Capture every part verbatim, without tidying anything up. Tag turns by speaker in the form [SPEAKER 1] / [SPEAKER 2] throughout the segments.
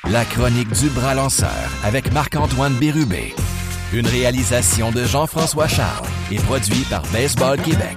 [SPEAKER 1] La chronique du bras lanceur avec Marc-Antoine Bérubé. Une réalisation de Jean-François Charles et produit par Baseball Québec.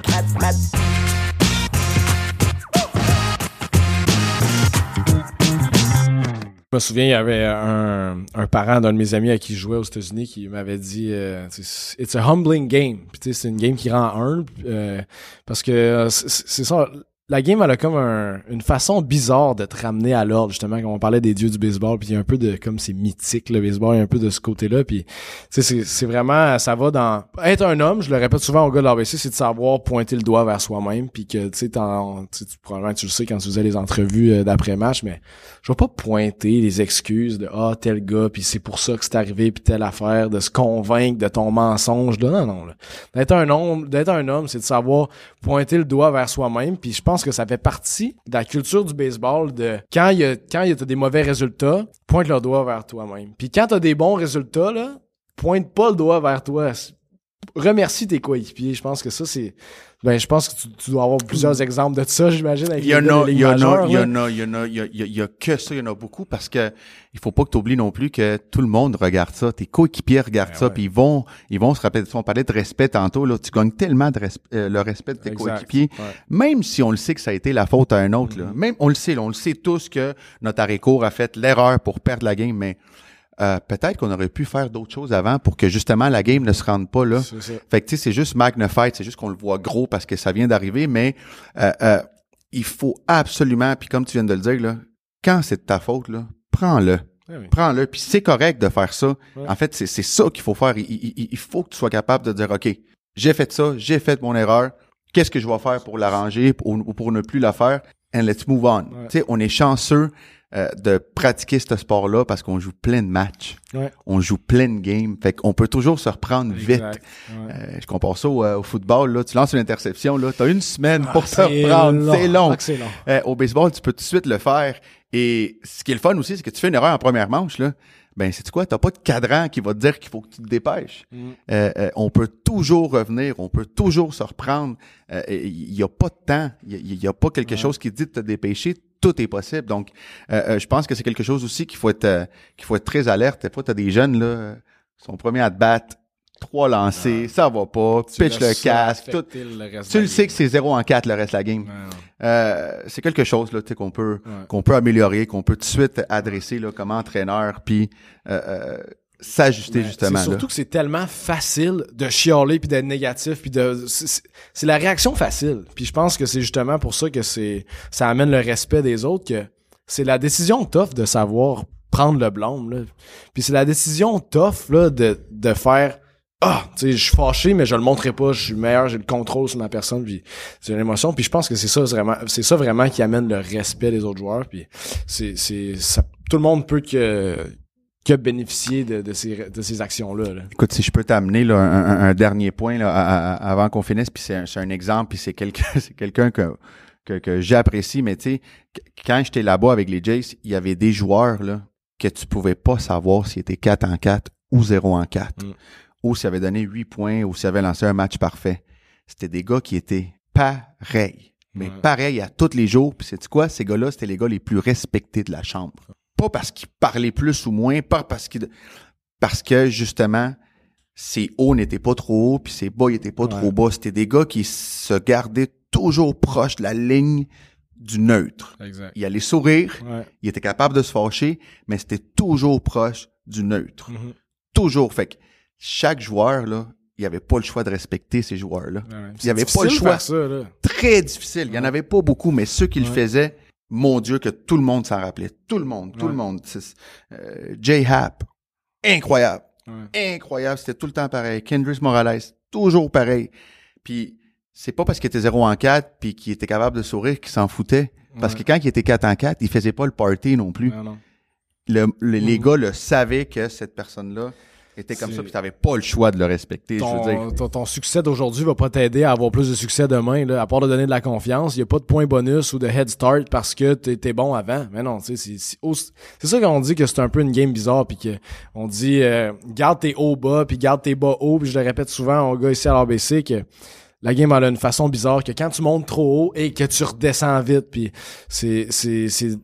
[SPEAKER 2] Je me souviens, il y avait un, un parent d'un de mes amis à qui je jouais aux États-Unis qui m'avait dit euh, « It's a humbling game ». Puis c'est une game qui rend humble euh, parce que euh, c'est, c'est ça... La game, elle a comme un, une façon bizarre de te ramener à l'ordre, justement, quand on parlait des dieux du baseball, puis il y a un peu de, comme c'est mythique, le baseball, il y a un peu de ce côté-là, puis tu sais, c'est, c'est vraiment, ça va dans... Être un homme, je le répète souvent aux gars de l'A B C, c'est de savoir pointer le doigt vers soi-même, puis que, tu sais, t'en, tu sais, probablement tu le sais quand tu faisais les entrevues d'après-match, mais je vais pas pointer les excuses de « Ah, tel gars, puis c'est pour ça que c'est arrivé, puis telle affaire », de se convaincre de ton mensonge, là, non, non, là. D'être un homme, d'être un homme, c'est de savoir pointer le doigt vers soi-même, puis je pense que ça fait partie de la culture du baseball de quand il y a quand il y a des mauvais résultats, pointe le doigt vers toi-même. Puis quand t'as des bons résultats là, pointe pas le doigt vers toi. Remercie tes coéquipiers. Je pense que ça c'est ben je pense que tu, tu dois avoir plusieurs exemples de ça, j'imagine avec
[SPEAKER 3] il y en a il y en a il y en
[SPEAKER 2] a
[SPEAKER 3] il y en a il y a il y a que ça, il y en a beaucoup parce que il faut pas que tu oublies non plus que tout le monde regarde ça, tes coéquipiers regardent ben ça ouais. Puis ils vont ils vont se rappeler, on parlait de respect tantôt là, tu gagnes tellement de resp- euh, le respect de tes exact. Coéquipiers, ouais. Même si on le sait que ça a été la faute à un autre mm-hmm. là, même on le sait, là, on le sait tous que notre arrêt-court a fait l'erreur pour perdre la game, mais Euh, peut-être qu'on aurait pu faire d'autres choses avant pour que justement la game ne se rende pas là. Fait que tu sais, c'est juste magnified, c'est juste qu'on le voit gros parce que ça vient d'arriver, mais euh, euh, il faut absolument, puis comme tu viens de le dire là, quand c'est de ta faute là, prends-le. Oui, oui. Prends-le, puis c'est correct de faire ça. Oui. En fait, c'est, c'est ça qu'il faut faire. Il, il, il faut que tu sois capable de dire, OK, j'ai fait ça, j'ai fait mon erreur, qu'est-ce que je vais faire pour l'arranger ou pour, pour ne plus la faire? And let's move on. Oui. Tu sais, on est chanceux Euh, de pratiquer ce sport-là parce qu'on joue plein de matchs. Ouais. On joue plein de games. Fait qu'on peut toujours se reprendre exact. Vite. Ouais. Euh, je compare ça au, au football, là. Tu lances une interception, là. T'as une semaine ah, pour te reprendre. Long. C'est long. Ah, c'est long. Euh, au baseball, tu peux tout de suite le faire. Et ce qui est le fun aussi, c'est que tu fais une erreur en première manche, là. Ben, c'est quoi? T'as pas de cadran qui va te dire qu'il faut que tu te dépêches. Mm. Euh, euh, on peut toujours revenir. On peut toujours se reprendre. Il euh, y a pas de temps. Il y, y a pas quelque ouais. chose qui dit de te dépêcher. Tout est possible. Donc, euh, euh, je pense que c'est quelque chose aussi qu'il faut être euh, qu'il faut être très alerte. Des fois, t'as des jeunes là, sont premiers à te battre, trois lancés, ah, ça va pas, pitch le casque, tout. Le tu le sais que c'est zéro en quatre le reste de la game. Euh, c'est quelque chose là, tu sais qu'on peut ouais. qu'on peut améliorer, qu'on peut tout de suite adresser là comme entraîneur, puis euh, euh, s'ajuster mais justement.
[SPEAKER 2] C'est surtout
[SPEAKER 3] là.
[SPEAKER 2] Que c'est tellement facile de chialer puis d'être négatif puis de c'est, c'est la réaction facile. Puis je pense que c'est justement pour ça que c'est ça amène le respect des autres, que c'est la décision tough de savoir prendre le blâme là. Puis c'est la décision tough là de de faire ah, tu sais, je suis fâché mais je le montrerai pas, je suis meilleur, j'ai le contrôle sur ma personne puis c'est une émotion, puis je pense que c'est ça vraiment c'est ça vraiment qui amène le respect des autres joueurs, puis c'est c'est ça, tout le monde peut que que bénéficier de, de ces de ces actions-là. Là.
[SPEAKER 3] Écoute, si je peux t'amener là, un, un, un dernier point là, à, à, avant qu'on finisse, puis c'est un, c'est un exemple, puis c'est quelqu'un c'est quelqu'un que que, que j'apprécie, mais tu sais, quand j'étais là-bas avec les Jays, il y avait des joueurs là que tu pouvais pas savoir s'ils étaient quatre en quatre ou zéro en quatre, mm. ou s'ils avaient donné huit points, ou s'ils avaient lancé un match parfait. C'était des gars qui étaient pareils, mais mm. pareils à tous les jours. Puis c'est quoi, ces gars-là, c'était les gars les plus respectés de la chambre. Pas parce qu'ils parlaient plus ou moins, pas parce qu'ils... Parce que, justement, ses hauts n'étaient pas trop hauts, puis ses bas n'étaient pas ouais. trop bas. C'était des gars qui se gardaient toujours proches de la ligne du neutre.
[SPEAKER 2] Exact.
[SPEAKER 3] Il allait sourire,
[SPEAKER 2] ouais.
[SPEAKER 3] il était capable de se fâcher, mais c'était toujours proche du neutre. Mm-hmm. Toujours. Fait que chaque joueur, là, il n'y avait pas le choix de respecter ces joueurs-là. Ouais, il n'y avait pas le choix.
[SPEAKER 2] Ça, là.
[SPEAKER 3] Très difficile. Il n'y en avait pas beaucoup, mais ceux qui ouais. le faisaient, mon Dieu, que tout le monde s'en rappelait. Tout le monde, tout ouais. le monde. Euh, J-Happ, incroyable. Ouais. Incroyable. C'était tout le temps pareil. Kendrys Morales, toujours pareil. Puis, c'est pas parce qu'il était zéro en quatre puis qu'il était capable de sourire qu'il s'en foutait. Parce ouais. que quand il était quatre en quatre, il faisait pas le party non plus. Ouais, non. Le, le, mmh. Les gars le savaient que cette personne-là était comme c'est... ça, puis t'avais pas le choix de le respecter,
[SPEAKER 2] ton,
[SPEAKER 3] je veux dire.
[SPEAKER 2] Ton, ton succès d'aujourd'hui va pas t'aider à avoir plus de succès demain, là, à part de donner de la confiance. Il y a pas de point bonus ou de head start parce que t'es, t'es bon avant. Mais non, tu sais, c'est, c'est, c'est, c'est ça qu'on dit que c'est un peu une game bizarre, puis que on dit euh, garde tes hauts bas, puis garde tes bas hauts, puis je le répète souvent aux gars ici à l'A B C que la game elle a une façon bizarre que quand tu montes trop haut et que tu redescends vite, puis c'est c'est c'est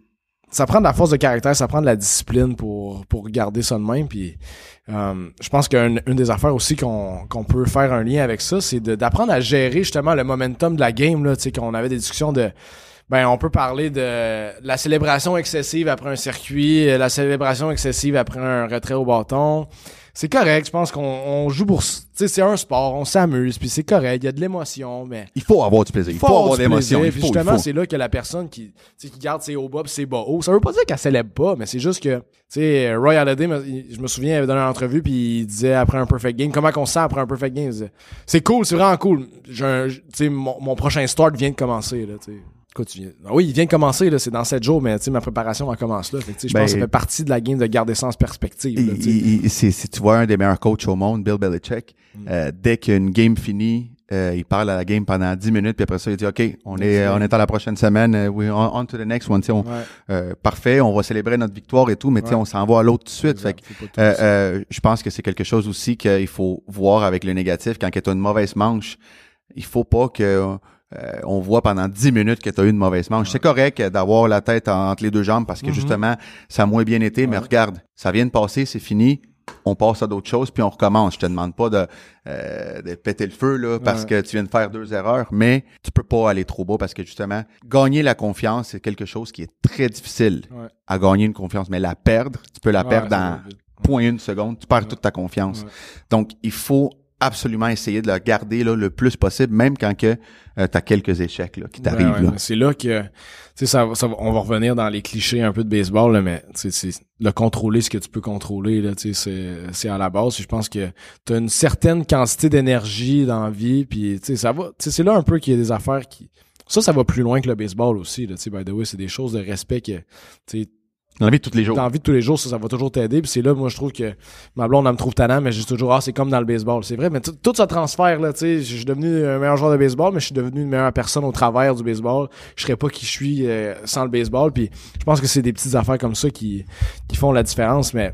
[SPEAKER 2] ça prend de la force de caractère, ça prend de la discipline pour pour garder ça de même. Puis euh, je pense qu'une une des affaires aussi qu'on qu'on peut faire un lien avec ça, c'est de, d'apprendre à gérer justement le momentum de la game, là, tu sais, qu'on avait des discussions de ben on peut parler de la célébration excessive après un circuit, la célébration excessive après un retrait au bâton. C'est correct, je pense qu'on on joue pour... Tu sais, c'est un sport, on s'amuse, puis c'est correct, il y a de l'émotion, mais...
[SPEAKER 3] Il faut avoir du plaisir, il faut, faut avoir de l'émotion.
[SPEAKER 2] Puis justement, c'est là que la personne qui, qui garde ses hauts bas pis ses bas hauts, ça veut pas dire qu'elle célèbre pas, mais c'est juste que... Tu sais, Roy Halladay, je me souviens, il avait donné une entrevue, puis il disait après un perfect game, comment qu'on se sent après un perfect game? Il disait, c'est cool, c'est vraiment cool. Tu sais, mon, mon prochain start vient de commencer, là, tu sais. Tu viens... ah oui, il vient de commencer, là, c'est dans sept jours, mais ma préparation, elle commence là. Fait que, je ben, pense que ça fait partie de la game de garder ça en perspective. Là,
[SPEAKER 3] il, il, c'est, si tu vois un des meilleurs coachs au monde, Bill Belichick, mm. euh, dès qu'une game finit, euh, il parle à la game pendant dix minutes, puis après ça, il dit « OK, on est, on est à la prochaine semaine, uh, we on, on to the next one. On, ouais. euh, parfait, on va célébrer notre victoire et tout, mais ouais. on s'en va à l'autre tout de suite. » Fait que, euh, euh, je pense que c'est quelque chose aussi qu'il faut voir avec le négatif. Quand tu as une mauvaise manche, il faut pas que... Euh, on voit pendant dix minutes que tu as eu une mauvaise manche. Ouais. C'est correct d'avoir la tête en, entre les deux jambes parce que mm-hmm. justement, ça a moins bien été, ouais. mais regarde, ça vient de passer, c'est fini, on passe à d'autres choses puis on recommence. Je te demande pas de, euh, de péter le feu là parce ouais. que tu viens de faire deux erreurs, mais tu peux pas aller trop bas parce que justement, gagner la confiance, c'est quelque chose qui est très difficile ouais. à gagner une confiance, mais la perdre, tu peux la ouais, perdre dans point une seconde, tu perds ouais. toute ta confiance. Ouais. Donc, il faut absolument essayer de la garder là, le plus possible, même quand que euh, t'as quelques échecs là, qui t'arrivent.
[SPEAKER 2] Ouais, ouais,
[SPEAKER 3] là.
[SPEAKER 2] C'est là que, tu sais, ça, ça, on va revenir dans les clichés un peu de baseball, là, mais c'est le contrôler ce que tu peux contrôler, là, tu sais, c'est, c'est à la base. Je pense que t'as une certaine quantité d'énergie dans la vie, puis tu sais, ça va, tu sais, c'est là un peu qu'il y a des affaires qui, ça, ça va plus loin que le baseball aussi, là, tu sais, by the way, c'est des choses de respect que, tu sais,
[SPEAKER 3] dans la vie de tous les jours.
[SPEAKER 2] Dans la vie de tous les jours, ça, ça va toujours t'aider. Puis c'est là, moi, je trouve que ma blonde, elle me trouve tannant, mais je dis toujours, ah, c'est comme dans le baseball. C'est vrai, mais tout, tout ce transfert, là, tu sais, je suis devenu un meilleur joueur de baseball, mais je suis devenu une meilleure personne au travers du baseball. Je serais pas qui je suis euh, sans le baseball. Puis je pense que c'est des petites affaires comme ça qui, qui font la différence. Mais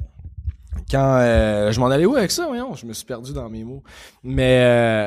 [SPEAKER 2] quand euh, je m'en allais où avec ça, voyons, je me suis perdu dans mes mots. Mais euh,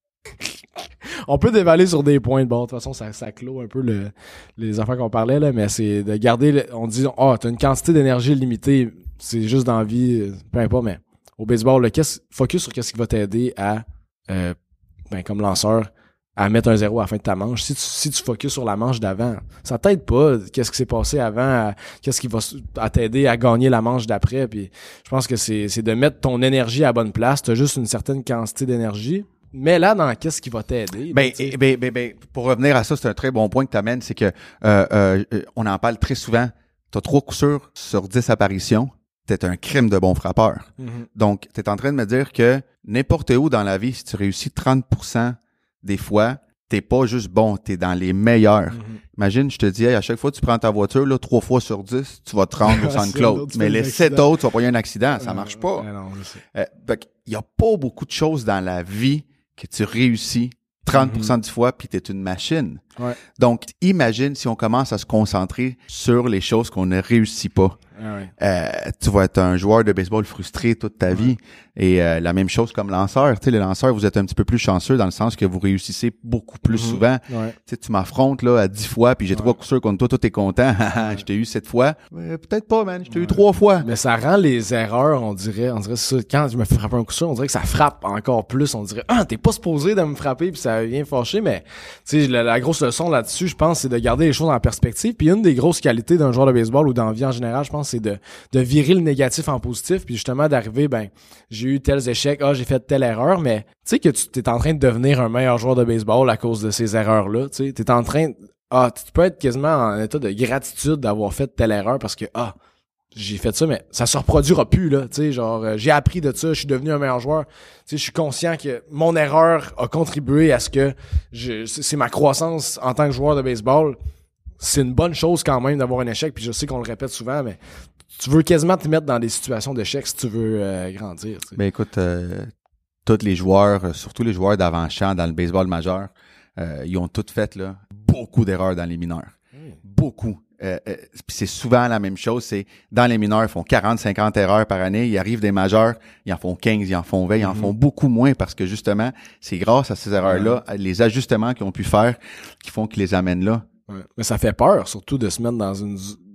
[SPEAKER 2] on peut dévaler sur des points de bon. De toute façon, ça, ça clôt un peu le, les affaires qu'on parlait, là, mais c'est de garder, le, on dit, ah, oh, t'as une quantité d'énergie limitée, c'est juste dans la vie, peu importe, mais au baseball, le qu'est-ce, focus sur qu'est-ce qui va t'aider à, euh, ben, comme lanceur, à mettre un zéro à la fin de ta manche. Si tu, si tu focuses sur la manche d'avant, ça t'aide pas, qu'est-ce qui s'est passé avant, à, qu'est-ce qui va à t'aider à gagner la manche d'après, puis je pense que c'est, c'est de mettre ton énergie à la bonne place, t'as juste une certaine quantité d'énergie. Mais là, dans qu'est-ce qui va t'aider?
[SPEAKER 3] Ben, ben, ben, ben, ben, pour revenir à ça, c'est un très bon point que tu amènes, c'est que euh, euh, on en parle très souvent. Tu as trois coups sûrs sur dix apparitions. T'es un crime de bon frappeur. Mm-hmm. Donc, tu es en train de me dire que n'importe où dans la vie, si tu réussis trente pour cent des fois, t'es pas juste bon, t'es dans les meilleurs. Mm-hmm. Imagine, je te dis, hey, à chaque fois que tu prends ta voiture, là, trois fois sur dix, tu vas te rendre au Saint-Claude. Mais les sept autres, tu vas pas y avoir un accident. Ça marche pas. Euh, non, euh, donc, il y a pas beaucoup de choses dans la vie que tu réussis trente pour cent mm-hmm. du fois, puis tu es une machine. Ouais. Donc, imagine si on commence à se concentrer sur les choses qu'on ne réussit pas. Ah ouais. euh, tu vas être un joueur de baseball frustré toute ta ouais. vie. Et euh, la même chose comme lanceur. Tu sais, les lanceurs, vous êtes un petit peu plus chanceux dans le sens que vous réussissez beaucoup plus mm-hmm. souvent. Ouais. Tu sais, tu m'affrontes là à dix fois, puis j'ai ouais. trois coups sûrs contre toi, toi t'es content. Ouais. Je t'ai eu sept fois. Euh, peut-être pas, man. Je t'ai ouais. eu trois fois.
[SPEAKER 2] Mais ça rend les erreurs, on dirait, on dirait ça. Quand je me fais frapper un coup sûr, on dirait que ça frappe encore plus. On dirait, ah, t'es pas supposé de me frapper, puis ça vient fâcher. Mais tu sais, la, la grosse leçon là-dessus, je pense, c'est de garder les choses en perspective. Puis une des grosses qualités d'un joueur de baseball ou dans la vie en général, je pense, c'est de de virer le négatif en positif, puis justement d'arriver, ben, j'ai eu tels échecs, ah, j'ai fait telle erreur, mais tu sais que tu t'es en train de devenir un meilleur joueur de baseball à cause de ces erreurs-là, tu sais, t'es en train, ah, tu peux être quasiment en état de gratitude d'avoir fait telle erreur parce que, ah, j'ai fait ça, mais ça se reproduira plus, là, tu sais, genre, euh, j'ai appris de ça, je suis devenu un meilleur joueur, tu sais, je suis conscient que mon erreur a contribué à ce que je, c'est ma croissance en tant que joueur de baseball. C'est une bonne chose quand même d'avoir un échec, puis je sais qu'on le répète souvent, mais tu veux quasiment te mettre dans des situations d'échec si tu veux euh, grandir. Tu sais.
[SPEAKER 3] Ben écoute, euh, tous les joueurs, surtout les joueurs d'avant-champ dans le baseball majeur, euh, ils ont tous fait là beaucoup d'erreurs dans les mineurs. Mmh. Beaucoup. Euh, euh, puis c'est souvent la même chose, c'est dans les mineurs, ils font quarante cinquante erreurs par année, ils arrivent des majeurs, ils en font quinze, ils en font vingt, ils en font beaucoup moins parce que justement, c'est grâce à ces erreurs-là, ouais. les ajustements qu'ils ont pu faire qui font qu'ils les amènent là.
[SPEAKER 2] Ouais. Mais ça fait peur, surtout de se mettre dans une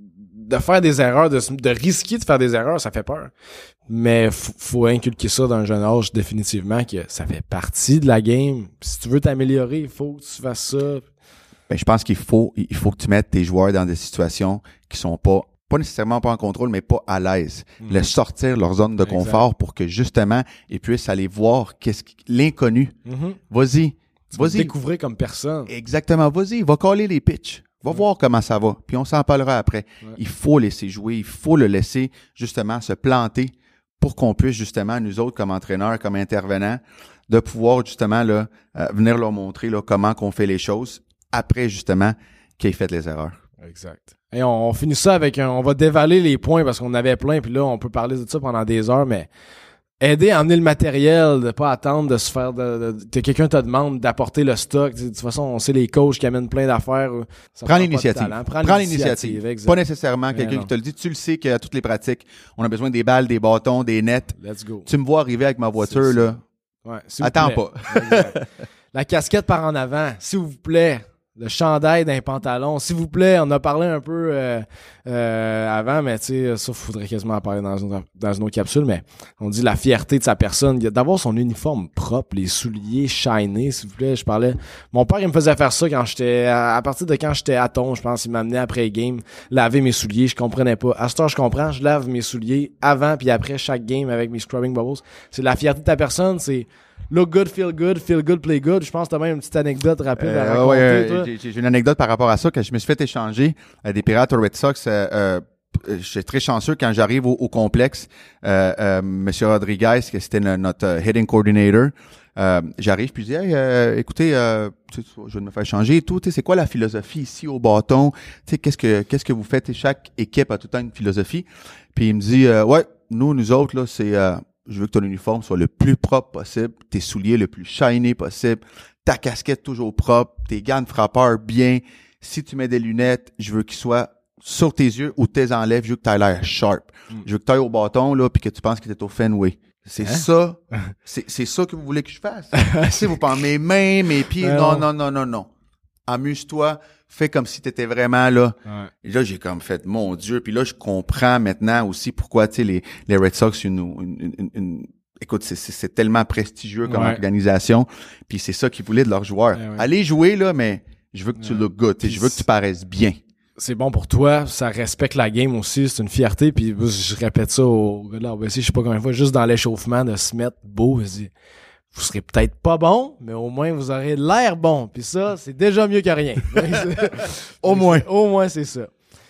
[SPEAKER 2] de faire des erreurs, de, de risquer de faire des erreurs, ça fait peur. Mais faut, faut inculquer ça dans un jeune âge, définitivement, que ça fait partie de la game. Si tu veux t'améliorer, il faut que tu fasses ça.
[SPEAKER 3] Ben, je pense qu'il faut, il faut que tu mettes tes joueurs dans des situations qui sont pas, pas nécessairement pas en contrôle, mais pas à l'aise. Mm-hmm. Les sortir leur zone de exact. Confort pour que justement, ils puissent aller voir qu'est-ce qui, l'inconnu. Mm-hmm. Vas-y.
[SPEAKER 2] Tu
[SPEAKER 3] vas-y.
[SPEAKER 2] vas découvrir comme personne.
[SPEAKER 3] Exactement. Vas-y. Va coller les pitchs. Va ouais. voir comment ça va. Puis on s'en parlera après. Ouais. Il faut laisser jouer. Il faut le laisser justement se planter pour qu'on puisse justement, nous autres, comme entraîneurs, comme intervenants, de pouvoir justement là, euh, venir leur montrer là, comment qu'on fait les choses après justement qu'ils aient fait les erreurs.
[SPEAKER 2] Exact. Et on, on finit ça avec un, on va dévaler les points parce qu'on avait plein, puis là, on peut parler de ça pendant des heures, mais aider à emmener le matériel, de pas attendre de se faire de, de, de quelqu'un te demande d'apporter le stock. De toute façon, on sait les coachs qui amènent plein d'affaires.
[SPEAKER 3] Prends l'initiative. Prends, Prends l'initiative. l'initiative. Pas nécessairement mais quelqu'un non. qui te le dit. Tu le sais qu'à toutes les pratiques, on a besoin des balles, des bâtons, des nets.
[SPEAKER 2] Let's go.
[SPEAKER 3] Tu me vois arriver avec ma voiture, là.
[SPEAKER 2] Ouais,
[SPEAKER 3] attends pas.
[SPEAKER 2] La casquette par en avant, s'il vous plaît. Le chandail d'un pantalon, s'il vous plaît, on a parlé un peu euh, euh, avant, mais tu sais, ça, faudrait quasiment en parler dans une, dans une autre capsule, mais on dit la fierté de sa personne, d'avoir son uniforme propre, les souliers shinés, s'il vous plaît, je parlais, mon père, il me faisait faire ça quand j'étais, à, à partir de quand j'étais à Thon, je pense, il m'amenait après game, laver mes souliers, je comprenais pas. À ce temps, je comprends, je lave mes souliers avant puis après chaque game avec mes scrubbing bubbles. C'est la fierté de ta personne, c'est look good, feel good, feel good, play good. Je pense que t'as même une petite anecdote rapide euh, à raconter. Ouais, euh,
[SPEAKER 3] j'ai, j'ai une anecdote par rapport à ça, quand je me suis fait échanger euh, des Pirates aux Red Sox. Euh, euh, j'étais très chanceux quand j'arrive au, au complexe. Euh, euh, Monsieur Rodriguez, que c'était le, notre uh, hitting coordinator, euh, j'arrive puis je dis hey, euh, écoutez, euh, je vais me faire changer et tout. C'est quoi la philosophie ici au bâton? T'sais, qu'est-ce que qu'est-ce que vous faites? Chaque équipe a tout le temps une philosophie. Puis il me dit euh, ouais, nous, nous autres, là, c'est euh, je veux que ton uniforme soit le plus propre possible, tes souliers le plus shiny possible, ta casquette toujours propre, tes gants de frappeur bien. Si tu mets des lunettes, je veux qu'ils soient sur tes yeux ou tes enlèves, je veux que tu aies l'air sharp. Mm. Je veux que tu ailles au bâton là puis que tu penses que tu es au Fenway. C'est hein? ça, c'est, c'est ça que vous voulez que je fasse. Si vous pensez mes mains, mes pieds, non, non, non, non, non. Amuse-toi, fais comme si tu étais vraiment là. Ouais. Et là, j'ai comme fait, mon Dieu. Puis là, je comprends maintenant aussi pourquoi, tu sais, les, les Red Sox, une, une, une, une écoute, c'est, c'est, c'est tellement prestigieux comme ouais. organisation. Puis c'est ça qu'ils voulaient de leurs joueurs. Ouais, ouais. Allez jouer, là, mais je veux que tu ouais. look good. Je veux que tu paraisses bien.
[SPEAKER 2] C'est bon pour toi, ça respecte la game aussi, c'est une fierté. Puis je répète ça au gars de l'A B C, je sais pas combien de fois, juste dans l'échauffement, de se mettre beau, je dis, vous serez peut-être pas bon, mais au moins vous aurez l'air bon. Puis ça, c'est déjà mieux que rien.
[SPEAKER 3] Au moins.
[SPEAKER 2] Au moins, c'est ça.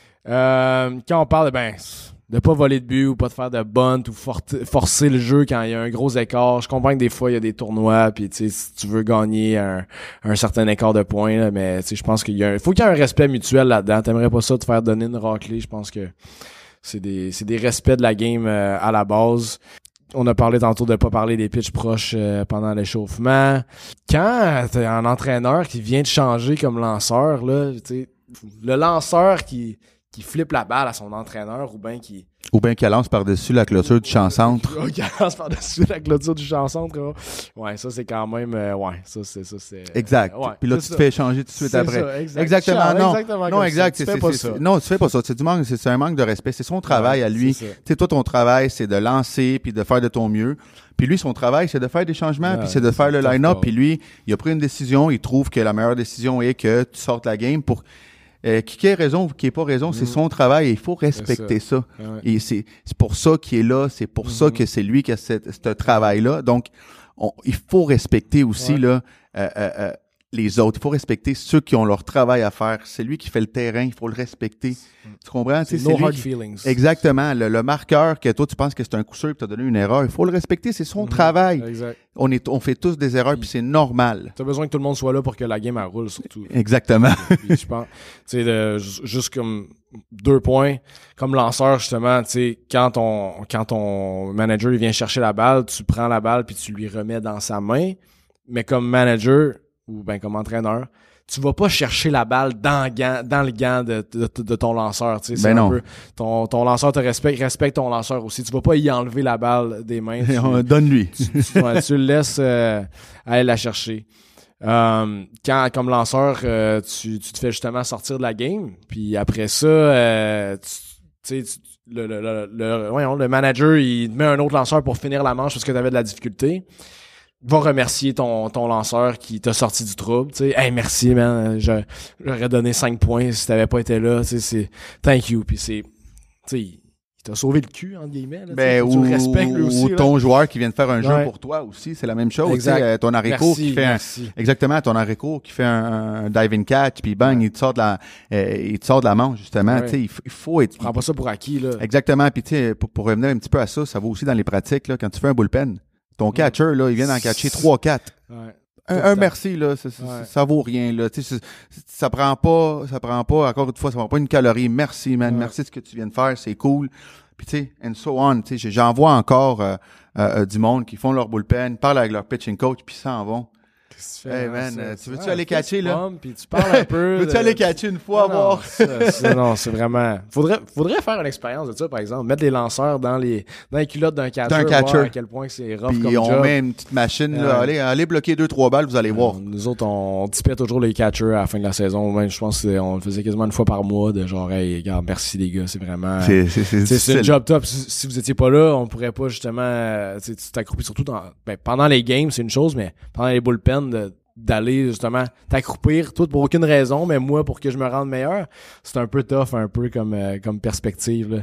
[SPEAKER 2] Euh, quand on parle de, ben, de pas voler de but ou pas de faire de bunt ou for- forcer le jeu quand il y a un gros écart. Je comprends que des fois, il y a des tournois, puis tu sais, si tu veux gagner un, un certain écart de points, là, mais tu sais, je pense qu'il y a un, faut qu'il y ait un respect mutuel là-dedans. T'aimerais pas ça te faire donner une raclée. Je pense que c'est des, c'est des respects de la game euh, à la base. On a parlé tantôt de pas parler des pitchs proches euh, pendant l'échauffement. Quand t'as un entraîneur qui vient de changer comme lanceur, là, tu sais, le lanceur qui qui flippe la balle à son entraîneur ou bien qui
[SPEAKER 3] ou bien qui lance par-dessus la clôture du champ-centre.
[SPEAKER 2] Qui lance par-dessus la clôture du champ-centre. Ouais, ça c'est quand même euh, ouais, ça c'est ça c'est
[SPEAKER 3] exact.
[SPEAKER 2] Euh, ouais,
[SPEAKER 3] puis là tu
[SPEAKER 2] ça.
[SPEAKER 3] te fais échanger tout de suite
[SPEAKER 2] c'est
[SPEAKER 3] après.
[SPEAKER 2] Ça, exact.
[SPEAKER 3] Exactement, non.
[SPEAKER 2] Exactement
[SPEAKER 3] non, exact,
[SPEAKER 2] c'est,
[SPEAKER 3] c'est,
[SPEAKER 2] tu fais
[SPEAKER 3] c'est,
[SPEAKER 2] pas
[SPEAKER 3] c'est
[SPEAKER 2] ça.
[SPEAKER 3] non, tu fais pas ça, c'est du manque, c'est, c'est un manque de respect, c'est son travail ouais, à lui. Tu sais toi ton travail c'est de lancer puis de faire de ton mieux. Puis lui, son travail, c'est de faire des changements, ouais, puis c'est de faire le line-up. Puis lui, il a pris une décision. Il trouve que la meilleure décision est que tu sortes la game pour euh, qui ait raison ou qui ait pas raison. Mm. C'est son travail et il faut respecter ça. ça. Ouais. Et c'est, c'est pour ça qu'il est là. C'est pour mm. ça que c'est lui qui a cette, ce travail-là. Donc, on, il faut respecter aussi ouais. là euh, euh, euh, les autres. Il faut respecter ceux qui ont leur travail à faire. C'est lui qui fait le terrain. Il faut le respecter. Mm. Tu comprends?
[SPEAKER 2] C'est,
[SPEAKER 3] c'est
[SPEAKER 2] no
[SPEAKER 3] lui
[SPEAKER 2] hard
[SPEAKER 3] qui...
[SPEAKER 2] feelings.
[SPEAKER 3] Exactement. Le, le marqueur que toi, tu penses que c'est un coup sûr et tu as donné une erreur, il faut le respecter. C'est son mm-hmm. travail.
[SPEAKER 2] Exact.
[SPEAKER 3] On, est, on fait tous des erreurs puis c'est normal.
[SPEAKER 2] Tu as besoin que tout le monde soit là pour que la game elle roule, surtout.
[SPEAKER 3] Exactement.
[SPEAKER 2] Puis, je pense, tu sais, juste comme deux points, comme lanceur, justement, tu sais, quand ton, quand ton manager il vient chercher la balle, tu prends la balle puis tu lui remets dans sa main. Mais comme manager, ou ben comme entraîneur, tu vas pas chercher la balle dans le gant, dans le gant de, de, de, de ton lanceur. Tu sais, c'est
[SPEAKER 3] ben
[SPEAKER 2] un
[SPEAKER 3] non.
[SPEAKER 2] peu, ton, ton lanceur te respecte, respecte ton lanceur aussi. Tu vas pas y enlever la balle des mains. Tu,
[SPEAKER 3] Donne-lui.
[SPEAKER 2] Tu, tu, ouais, tu le laisses euh, aller la chercher. Euh, quand, comme lanceur, euh, tu, tu te fais justement sortir de la game. Puis après ça, euh, tu, tu sais, le, le, le, le, voyons, le manager, il te met un autre lanceur pour finir la manche parce que t'avais de la difficulté. Va remercier ton, ton lanceur qui t'a sorti du trouble, tu sais. Hey, merci, man. Je, j'aurais donné cinq points si t'avais pas été là, tu sais, c'est thank you. Puis c'est, tu sais, il t'a sauvé le cul, entre guillemets, là,
[SPEAKER 3] ben, ou,
[SPEAKER 2] tu le respectes, lui aussi,
[SPEAKER 3] ou
[SPEAKER 2] là.
[SPEAKER 3] ton joueur qui vient de faire un jeu
[SPEAKER 2] ouais.
[SPEAKER 3] pour toi aussi, c'est la même chose.
[SPEAKER 2] Exact.
[SPEAKER 3] Euh, ton arrêt-court qui fait
[SPEAKER 2] merci.
[SPEAKER 3] un, exactement, ton arrêt-court qui fait un, un diving catch, puis bang, ouais. il te sort de la, euh, il te sort de la manche, justement. Ouais. Tu sais, il, il faut être.
[SPEAKER 2] Tu prends pas ça pour acquis, là.
[SPEAKER 3] Exactement. Puis, tu sais, pour, pour revenir un petit peu à ça, ça vaut aussi dans les pratiques, là, quand tu fais un bullpen. Ton catcher, là, il vient d'en catcher trois quatre.
[SPEAKER 2] Ouais.
[SPEAKER 3] Un, un merci, là, ça, ça, ouais. ça vaut rien, là. Tu sais, ça, ça prend pas, ça prend pas, encore une fois, ça prend pas une calorie. Merci, man. Ouais. Merci de ce que tu viens de faire, c'est cool. Puis, tu sais, and so on. Tu sais, j'en vois encore euh, euh, du monde qui font leur bullpen, parlent avec leur pitching coach, puis s'en vont.
[SPEAKER 2] Qu'est-ce que tu fais?
[SPEAKER 3] Hey, man,
[SPEAKER 2] ça,
[SPEAKER 3] euh, tu veux-tu
[SPEAKER 2] ouais,
[SPEAKER 3] aller catcher, là?
[SPEAKER 2] Puis tu parles un peu.
[SPEAKER 3] Veux-tu
[SPEAKER 2] de...
[SPEAKER 3] aller catcher une fois,
[SPEAKER 2] non,
[SPEAKER 3] voir?
[SPEAKER 2] Non, ça, ça, non, c'est vraiment... Faudrait, faudrait faire une expérience de ça, par exemple. Mettre les lanceurs dans les, dans les culottes d'un catcher.
[SPEAKER 3] D'un catcher.
[SPEAKER 2] Voir à quel point que c'est rough
[SPEAKER 3] puis
[SPEAKER 2] comme
[SPEAKER 3] on
[SPEAKER 2] job.
[SPEAKER 3] met une petite machine, là.
[SPEAKER 2] Euh,
[SPEAKER 3] Allez, allez bloquer deux, trois balles, vous allez
[SPEAKER 2] euh,
[SPEAKER 3] voir.
[SPEAKER 2] Nous autres, on, on tipait toujours les catchers à la fin de la saison. Même, je pense qu'on le faisait quasiment une fois par mois, de genre, hey, regarde, merci les gars, c'est vraiment...
[SPEAKER 3] C'est, c'est, c'est,
[SPEAKER 2] c'est, c'est une job top. Si, si vous étiez pas là, on pourrait pas justement... Tu t'accroupis surtout dans... Ben, pendant les games, c'est une chose, mais pendant les bullpens, de, d'aller justement t'accroupir, toi pour aucune raison, mais moi pour que je me rende meilleur, c'est un peu tough, un peu comme euh, comme perspective.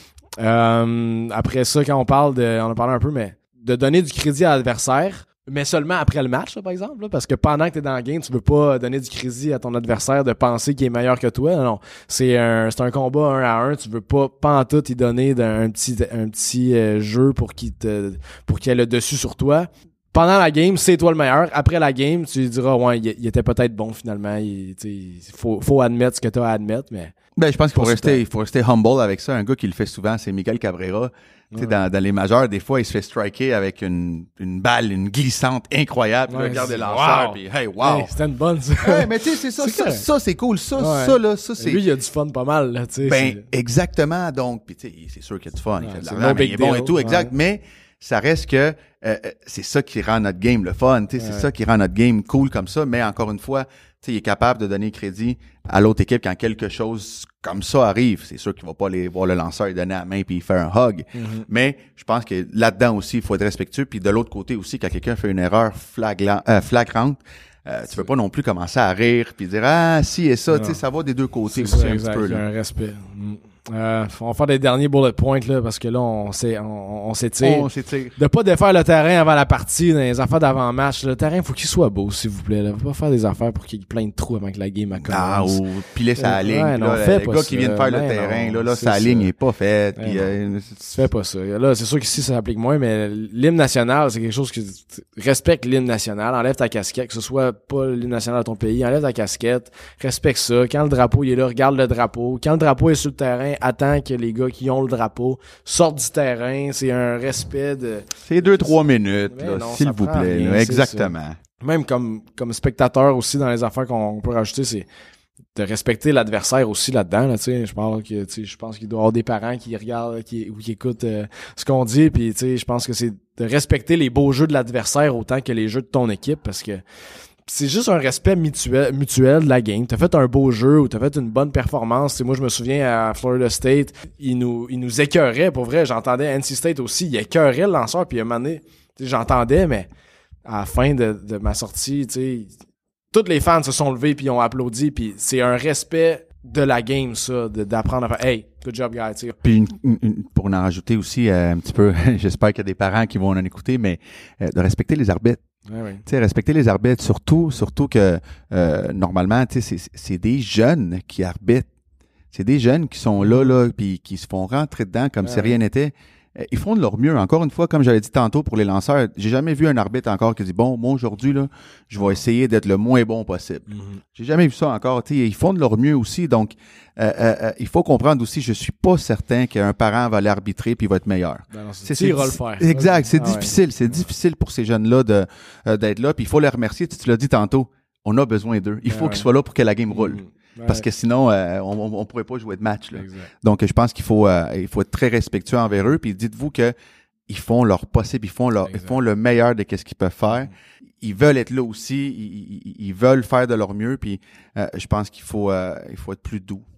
[SPEAKER 2] Là. Euh, après ça, quand on parle de, on en parlé un peu, mais de donner du crédit à l'adversaire, mais seulement après le match, là, par exemple, là, parce que pendant que t'es dans le game, tu veux pas donner du crédit à ton adversaire de penser qu'il est meilleur que toi. Non, non. C'est un, c'est un combat un à un. Tu veux pas, pas en tout, y donner un petit, un petit euh, jeu pour qu'il te, pour qu'il ait le dessus sur toi. Pendant la game, c'est toi le meilleur. Après la game, tu lui diras, ouais, il, il était peut-être bon finalement. Il faut, faut admettre ce que tu as à admettre, mais.
[SPEAKER 3] Ben, je pense qu'il faut rester, il faut rester humble avec ça. Un gars qui le fait souvent, c'est Miguel Cabrera. Tu sais, ouais. dans, dans les majeurs, des fois, il se fait striker avec une, une balle, une glissante incroyable. Ouais, regarde les lanceurs, puis hey, wow. Hey,
[SPEAKER 2] c'était une bonne, ça.
[SPEAKER 3] Hey, mais tu sais, c'est ça, c'est ça, ça, c'est cool. Ça, ouais. ça, là, ça, c'est.
[SPEAKER 2] Lui, il a du fun pas mal, là, tu sais.
[SPEAKER 3] Ben,
[SPEAKER 2] c'est...
[SPEAKER 3] exactement. Donc, puis tu sais, c'est sûr qu'il y a du fun. Ouais, il fait de
[SPEAKER 2] l'argent,
[SPEAKER 3] mais il est bon et tout, exact.
[SPEAKER 2] Ouais.
[SPEAKER 3] Mais, ça reste que euh, c'est ça qui rend notre game le fun, tu sais, ouais. c'est ça qui rend notre game cool comme ça, mais encore une fois, tu sais, il est capable de donner crédit à l'autre équipe quand quelque chose comme ça arrive. C'est sûr qu'il va pas aller voir le lanceur et donner la main puis faire un hug, mm-hmm. mais je pense que là-dedans aussi, il faut être respectueux, puis de l'autre côté aussi, quand quelqu'un fait une erreur flagla- euh, flagrante, Euh, tu peux pas non plus commencer à rire puis dire ah si et ça, tu sais, ça va des deux côtés aussi
[SPEAKER 2] ça,
[SPEAKER 3] un
[SPEAKER 2] exact,
[SPEAKER 3] petit peu là.
[SPEAKER 2] Il y a un respect. Mm. Euh, on va faire des derniers bullet points là parce que là on s'est on, on s'étire.
[SPEAKER 3] On s'étire.
[SPEAKER 2] De pas défaire le terrain avant la partie dans les affaires d'avant-match. Le terrain faut qu'il soit beau s'il vous plaît. Là. Faut pas faire des affaires pour qu'il y ait plein de trous avant que la game commence.
[SPEAKER 3] Ah ou piler sa ligne.
[SPEAKER 2] Ouais, non,
[SPEAKER 3] là,
[SPEAKER 2] fais
[SPEAKER 3] le
[SPEAKER 2] pas
[SPEAKER 3] gars
[SPEAKER 2] ça.
[SPEAKER 3] qui vient de faire
[SPEAKER 2] ben
[SPEAKER 3] le terrain
[SPEAKER 2] non,
[SPEAKER 3] là, là sa
[SPEAKER 2] ça.
[SPEAKER 3] ligne est pas faite.
[SPEAKER 2] Ben
[SPEAKER 3] Puis euh,
[SPEAKER 2] tu fais pas ça. Là c'est sûr qu'ici ça s'applique moins, mais l'hymne national c'est quelque chose que respecte l'hymne national. Enlève ta casquette, que ce soit pas l'hymne national de ton pays. Enlève ta casquette, respecte ça. Quand le drapeau il est là, regarde le drapeau. Quand le drapeau est sur le terrain, attends que les gars qui ont le drapeau sortent du terrain. C'est un respect de...
[SPEAKER 3] C'est deux, trois minutes, là,
[SPEAKER 2] non,
[SPEAKER 3] s'il vous plaît.
[SPEAKER 2] Rien,
[SPEAKER 3] là, exactement.
[SPEAKER 2] Même comme, comme spectateur aussi dans les affaires qu'on peut rajouter, c'est de respecter l'adversaire aussi là-dedans. Là, je pense que tu sais, je pense qu'il doit y avoir des parents qui regardent qui, ou qui écoutent euh, ce qu'on dit. Puis je pense que c'est de respecter les beaux jeux de l'adversaire autant que les jeux de ton équipe parce que c'est juste un respect mutuel, mutuel de la game. T'as fait un beau jeu ou t'as fait une bonne performance. T'sais, moi, je me souviens à Florida State, ils nous, ils nous écœuraient. Pour vrai, j'entendais N C State aussi. Ils écœuraient le lanceur. Puis à un moment donné, j'entendais, mais à la fin de, de ma sortie, t'sais, tous les fans se sont levés puis ont applaudi. Puis c'est un respect de la game, ça, de, d'apprendre à faire « Hey, good job, guys! » t'sais.
[SPEAKER 3] Puis une, une, pour en rajouter aussi euh, un petit peu, j'espère qu'il y a des parents qui vont en écouter, mais euh, de respecter les arbitres.
[SPEAKER 2] Ouais, ouais.
[SPEAKER 3] Tu sais, respecter les arbitres, surtout, surtout que euh, normalement, tu sais, c'est, c'est des jeunes qui arbitrent. C'est des jeunes qui sont là, là, puis qui se font rentrer dedans comme ouais, si rien n'était. Euh, ils font de leur mieux. Encore une fois, comme j'avais dit tantôt pour les lanceurs, j'ai jamais vu un arbitre encore qui dit bon, moi aujourd'hui là, je vais essayer d'être le moins bon possible. Mm-hmm. J'ai jamais vu ça encore. Tu sais, ils font de leur mieux aussi. Donc, euh, euh, il faut comprendre aussi, je suis pas certain qu'un parent va l'arbitrer puis va être meilleur.
[SPEAKER 2] Ben non, c'est, c'est, c'est le faire.
[SPEAKER 3] Exact. C'est
[SPEAKER 2] ah,
[SPEAKER 3] difficile.
[SPEAKER 2] Ouais.
[SPEAKER 3] C'est difficile pour ces jeunes-là de euh, d'être là. Puis il faut les remercier. Tu, tu l'as dit tantôt. On a besoin d'eux. Il faut ouais, qu'ils ouais. soient là pour que la game roule. Mm-hmm. Ouais. Parce que sinon, euh, on, on, on pourrait pas jouer de match. Là. Donc, je pense qu'il faut, euh, il faut être très respectueux envers eux. Puis dites-vous que ils font leur possible, ils font leur, ils font le meilleur de qu'est-ce qu'ils peuvent faire. Ils veulent être là aussi, ils, ils, ils veulent faire de leur mieux. Puis, euh, je pense qu'il faut, euh, il faut être plus doux.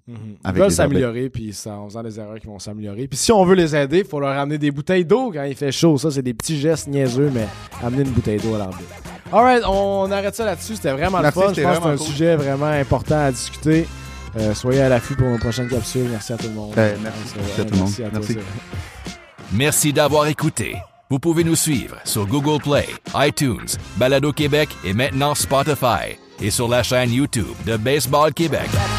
[SPEAKER 2] Mm-hmm. Ils
[SPEAKER 3] Avec
[SPEAKER 2] veulent
[SPEAKER 3] les
[SPEAKER 2] s'améliorer, puis en faisant des erreurs qui vont s'améliorer. Puis si on veut les aider, il faut leur amener des bouteilles d'eau quand il fait chaud. Ça, c'est des petits gestes niaiseux, mais amener une bouteille d'eau à l'arbitre. Alright, on arrête ça là-dessus. C'était vraiment
[SPEAKER 3] Merci,
[SPEAKER 2] le fun. Je pense que c'est un
[SPEAKER 3] cool.
[SPEAKER 2] sujet vraiment important à discuter. Euh, soyez à l'affût pour nos prochaines capsules. Merci à tout le monde.
[SPEAKER 3] Ben, merci. Merci à tout le monde.
[SPEAKER 2] Merci à
[SPEAKER 3] Merci.
[SPEAKER 2] toi,
[SPEAKER 1] Merci d'avoir écouté. Vous pouvez nous suivre sur Google Play, iTunes, Balado Québec et maintenant Spotify. Et sur la chaîne YouTube de Baseball Québec.